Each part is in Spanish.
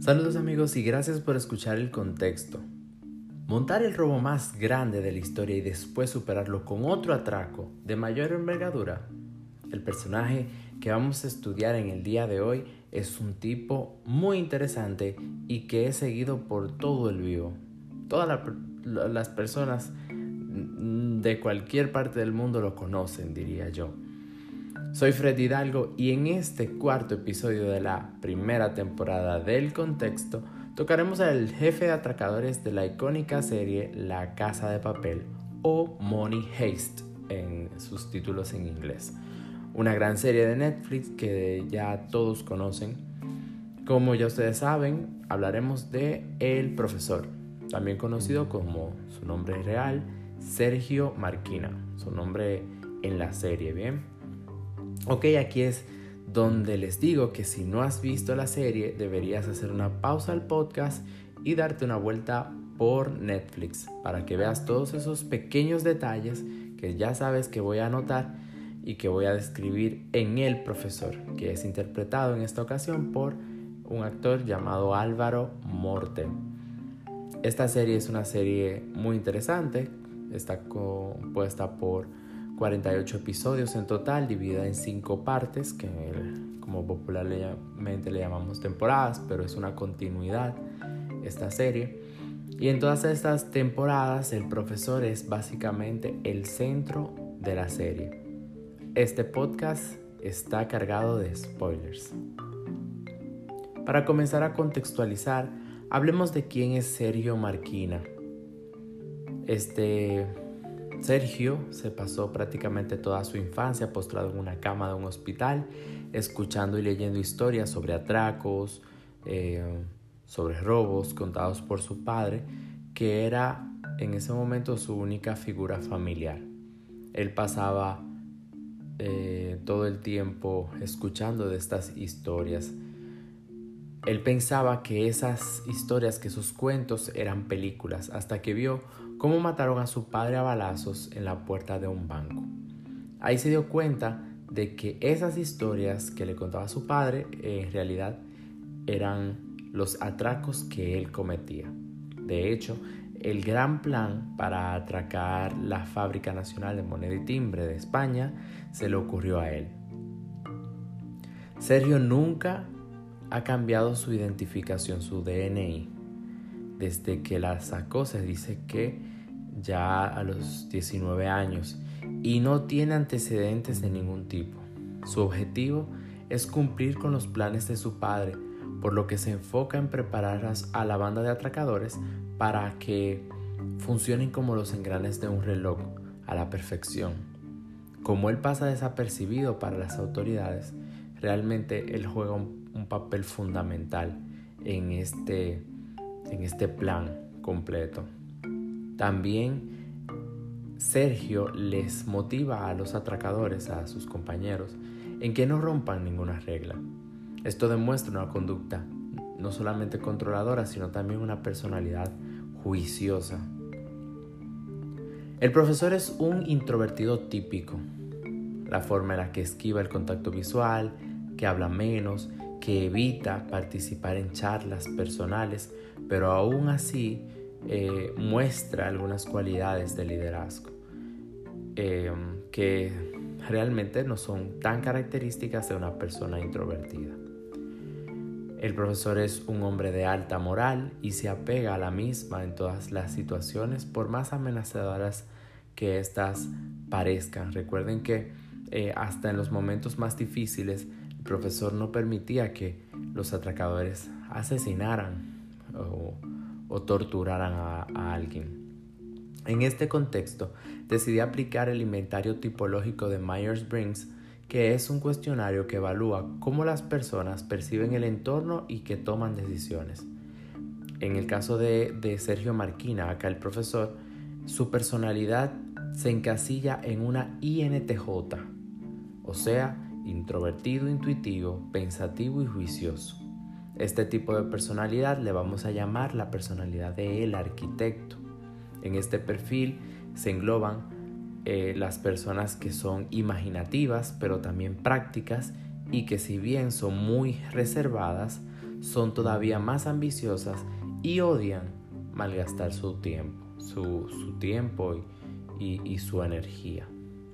Saludos amigos y gracias por escuchar El Contexto. Montar el robo más grande de la historia y después superarlo con otro atraco de mayor envergadura. El personaje que vamos a estudiar en el día de hoy es un tipo muy interesante y que es seguido por todo el vivo. Todas las personas de cualquier parte del mundo lo conocen, diría yo. Soy Fred Hidalgo y en este cuarto episodio de la primera temporada del Contexto tocaremos al jefe de atracadores de la icónica serie La Casa de Papel o Money Heist en sus títulos en inglés. Una gran serie de Netflix que ya todos conocen. Como ya ustedes saben, hablaremos de El Profesor, también conocido como su nombre real, Sergio Marquina, su nombre en la serie, ¿bien? Ok, aquí es donde les digo que si no has visto la serie deberías hacer una pausa al podcast y darte una vuelta por Netflix para que veas todos esos pequeños detalles que ya sabes que voy a anotar y que voy a describir en El Profesor, que es interpretado en esta ocasión por un actor llamado Álvaro Morte. Esta serie es una serie muy interesante, está compuesta por 48 episodios en total, dividida en 5 partes, que como popularmente le llamamos temporadas, pero es una continuidad esta serie. Y en todas estas temporadas el profesor es básicamente el centro de la serie. Este podcast está cargado de spoilers. Para comenzar a contextualizar, hablemos de quién es Sergio Marquina. Sergio se pasó prácticamente toda su infancia postrado en una cama de un hospital, escuchando y leyendo historias sobre atracos, sobre robos contados por su padre, que era en ese momento su única figura familiar. Él pasaba todo el tiempo escuchando de estas historias. Él pensaba que esas historias, que esos cuentos eran películas, hasta que vio cómo mataron a su padre a balazos en la puerta de un banco. Ahí se dio cuenta de que esas historias que le contaba su padre en realidad eran los atracos que él cometía. De hecho, el gran plan para atracar la Fábrica Nacional de Moneda y Timbre de España se le ocurrió a él. Sergio nunca ha cambiado su identificación, su DNI. Desde que la sacó se dice que ya a los 19 años y no tiene antecedentes de ningún tipo. Su objetivo es cumplir con los planes de su padre, por lo que se enfoca en preparar a la banda de atracadores para que funcionen como los engranes de un reloj, a la perfección. Como él pasa desapercibido para las autoridades, realmente él juega un papel fundamental en este plan completo. También Sergio les motiva a los atracadores, a sus compañeros, en que no rompan ninguna regla. Esto demuestra una conducta no solamente controladora, sino también una personalidad juiciosa. El profesor es un introvertido típico. La forma en la que esquiva el contacto visual, que habla menos, que evita participar en charlas personales, pero aún así muestra algunas cualidades de liderazgo que realmente no son tan características de una persona introvertida. El profesor es un hombre de alta moral y se apega a la misma en todas las situaciones, por más amenazadoras que éstas parezcan. Recuerden que hasta en los momentos más difíciles el profesor no permitía que los atracadores asesinaran o torturaran a alguien. En este contexto, decidí aplicar el inventario tipológico de Myers-Briggs, que es un cuestionario que evalúa cómo las personas perciben el entorno y que toman decisiones. En el caso de Sergio Marquina, acá el profesor, su personalidad se encasilla en una INTJ, o sea, introvertido, intuitivo, pensativo y juicioso. Este tipo de personalidad le vamos a llamar la personalidad del arquitecto. En este perfil se engloban las personas que son imaginativas, pero también prácticas, y que si bien son muy reservadas, son todavía más ambiciosas y odian malgastar su tiempo, su tiempo y su energía.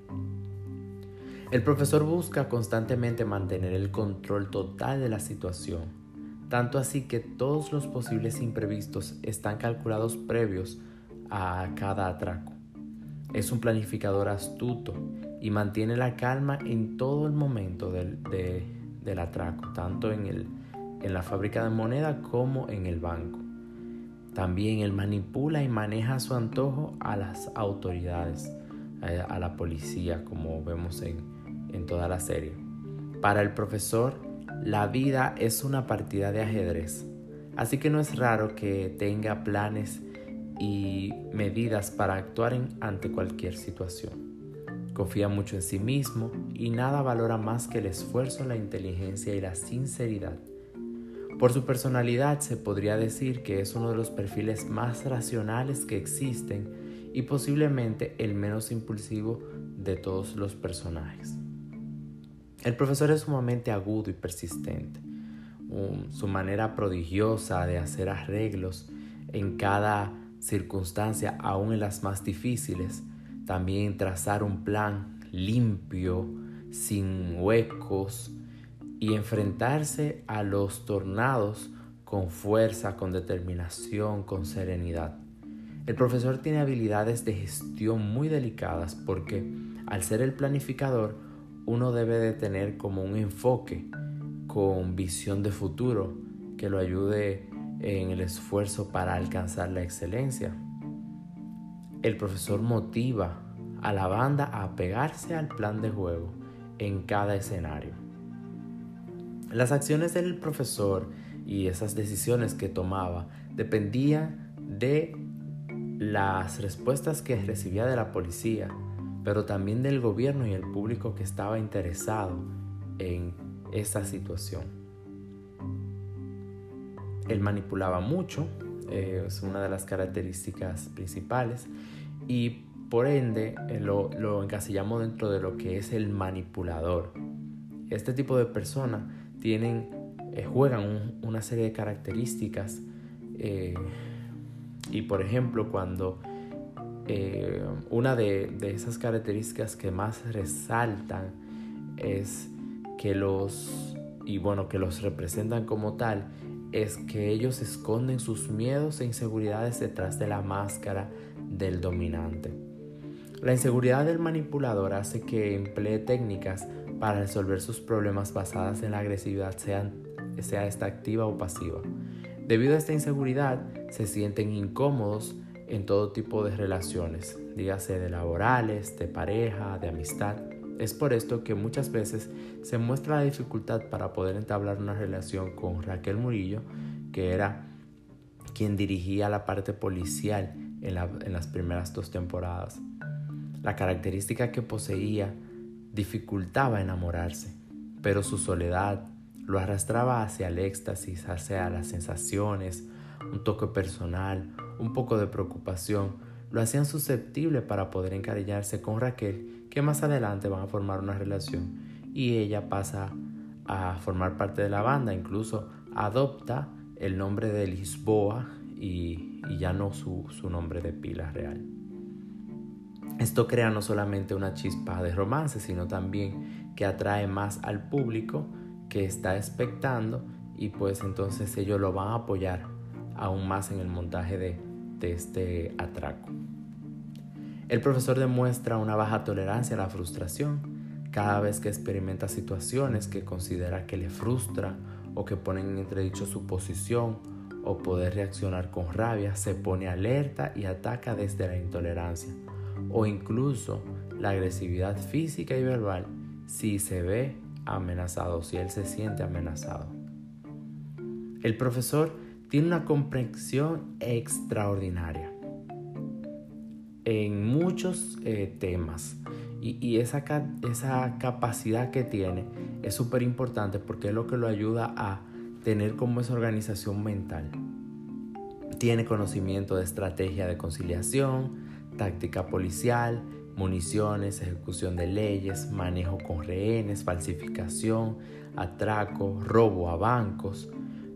El profesor busca constantemente mantener el control total de la situación, tanto así que todos los posibles imprevistos están calculados previos a cada atraco. Es un planificador astuto y mantiene la calma en todo el momento del atraco, tanto en la fábrica de moneda como en el banco. También él manipula y maneja a su antojo a las autoridades, a la policía, como vemos en toda la serie. Para el profesor, la vida es una partida de ajedrez, así que no es raro que tenga planes y medidas para actuar ante cualquier situación. Confía mucho en sí mismo y nada valora más que el esfuerzo, la inteligencia y la sinceridad. Por su personalidad se podría decir que es uno de los perfiles más racionales que existen y posiblemente el menos impulsivo de todos los personajes. El profesor es sumamente agudo y persistente. Su manera prodigiosa de hacer arreglos en cada circunstancia, aún en las más difíciles, también trazar un plan limpio, sin huecos, y enfrentarse a los tornados con fuerza, con determinación, con serenidad. El profesor tiene habilidades de gestión muy delicadas porque al ser el planificador, uno debe de tener como un enfoque con visión de futuro que lo ayude en el esfuerzo para alcanzar la excelencia. El profesor motiva a la banda a apegarse al plan de juego en cada escenario. Las acciones del profesor y esas decisiones que tomaba dependían de las respuestas que recibía de la policía, pero también del gobierno y el público que estaba interesado en esta situación. Él manipulaba mucho, es una de las características principales, y por ende lo encasillamos dentro de lo que es el manipulador. Este tipo de personas juegan una serie de características y por ejemplo cuando una de esas características que más resaltan es que los representan como tal, es que ellos esconden sus miedos e inseguridades detrás de la máscara del dominante. La inseguridad del manipulador hace que emplee técnicas para resolver sus problemas basadas en la agresividad, sea esta activa o pasiva. Debido a esta inseguridad, se sienten incómodos en todo tipo de relaciones, dígase de laborales, de pareja, de amistad. Es por esto que muchas veces se muestra la dificultad para poder entablar una relación con Raquel Murillo, que era quien dirigía la parte policial en las primeras 2 temporadas. La característica que poseía dificultaba enamorarse, pero su soledad lo arrastraba hacia el éxtasis, hacia las sensaciones, un toque personal, un poco de preocupación, lo hacían susceptible para poder encariñarse con Raquel, que más adelante van a formar una relación y ella pasa a formar parte de la banda, incluso adopta el nombre de Lisboa y ya no su nombre de pila real. Esto crea no solamente una chispa de romance, sino también que atrae más al público que está expectando y pues entonces ellos lo van a apoyar aún más en el montaje de este atraco. El profesor demuestra una baja tolerancia a la frustración cada vez que experimenta situaciones que considera que le frustran o que ponen en entredicho su posición o poder reaccionar con rabia. Se pone alerta y ataca desde la intolerancia o incluso la agresividad física y verbal si se ve amenazado, si él se siente amenazado. El profesor tiene una comprensión extraordinaria en muchos temas y esa capacidad que tiene es súper importante porque es lo que lo ayuda a tener como esa organización mental. Tiene conocimiento de estrategia de conciliación, táctica policial, municiones, ejecución de leyes, manejo con rehenes, falsificación, atraco, robo a bancos,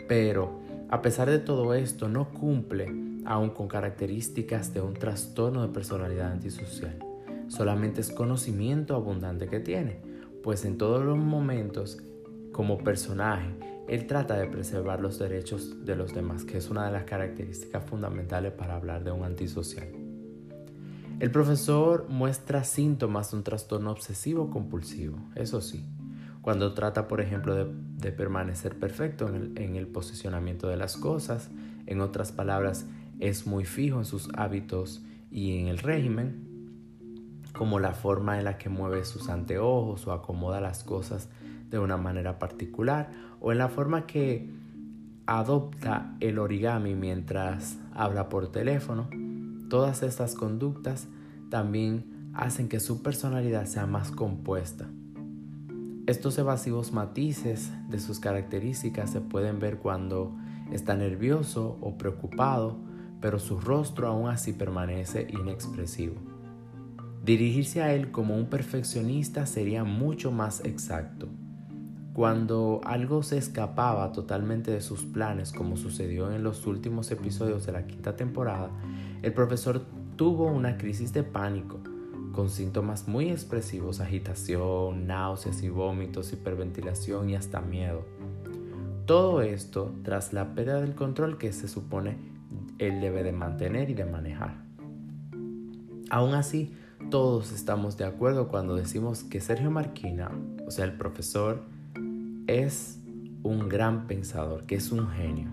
Pero, a pesar de todo esto, no cumple aún con características de un trastorno de personalidad antisocial. Solamente es conocimiento abundante que tiene, pues en todos los momentos, como personaje, él trata de preservar los derechos de los demás, que es una de las características fundamentales para hablar de un antisocial. El profesor muestra síntomas de un trastorno obsesivo compulsivo, eso sí, cuando trata, por ejemplo, de permanecer perfecto en el posicionamiento de las cosas. En otras palabras, es muy fijo en sus hábitos y en el régimen, como la forma en la que mueve sus anteojos o acomoda las cosas de una manera particular, o en la forma que adopta el origami mientras habla por teléfono. Todas estas conductas también hacen que su personalidad sea más compuesta. Estos evasivos matices de sus características se pueden ver cuando está nervioso o preocupado, pero su rostro aún así permanece inexpresivo. Dirigirse a él como un perfeccionista sería mucho más exacto. Cuando algo se escapaba totalmente de sus planes, como sucedió en los últimos episodios de la 5ª temporada, el profesor tuvo una crisis de pánico, con síntomas muy expresivos: agitación, náuseas y vómitos, hiperventilación y hasta miedo. Todo esto tras la pérdida del control que se supone él debe de mantener y de manejar. Aún así, todos estamos de acuerdo cuando decimos que Sergio Marquina, o sea, el profesor, es un gran pensador, que es un genio.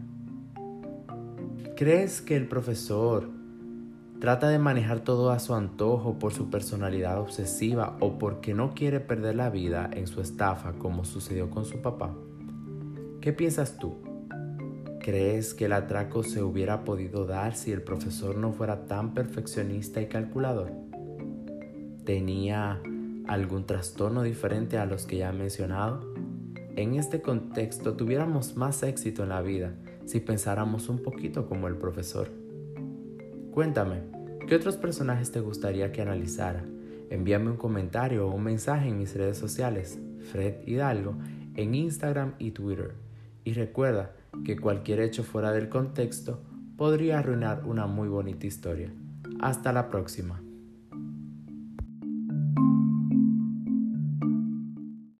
¿Crees que el profesor trata de manejar todo a su antojo por su personalidad obsesiva o porque no quiere perder la vida en su estafa como sucedió con su papá? ¿Qué piensas tú? ¿Crees que el atraco se hubiera podido dar si el profesor no fuera tan perfeccionista y calculador? ¿Tenía algún trastorno diferente a los que ya he mencionado? En este contexto tuviéramos más éxito en la vida si pensáramos un poquito como el profesor. Cuéntame, ¿qué otros personajes te gustaría que analizara? Envíame un comentario o un mensaje en mis redes sociales, Fred Hidalgo, en Instagram y Twitter. Y recuerda que cualquier hecho fuera del contexto podría arruinar una muy bonita historia. Hasta la próxima.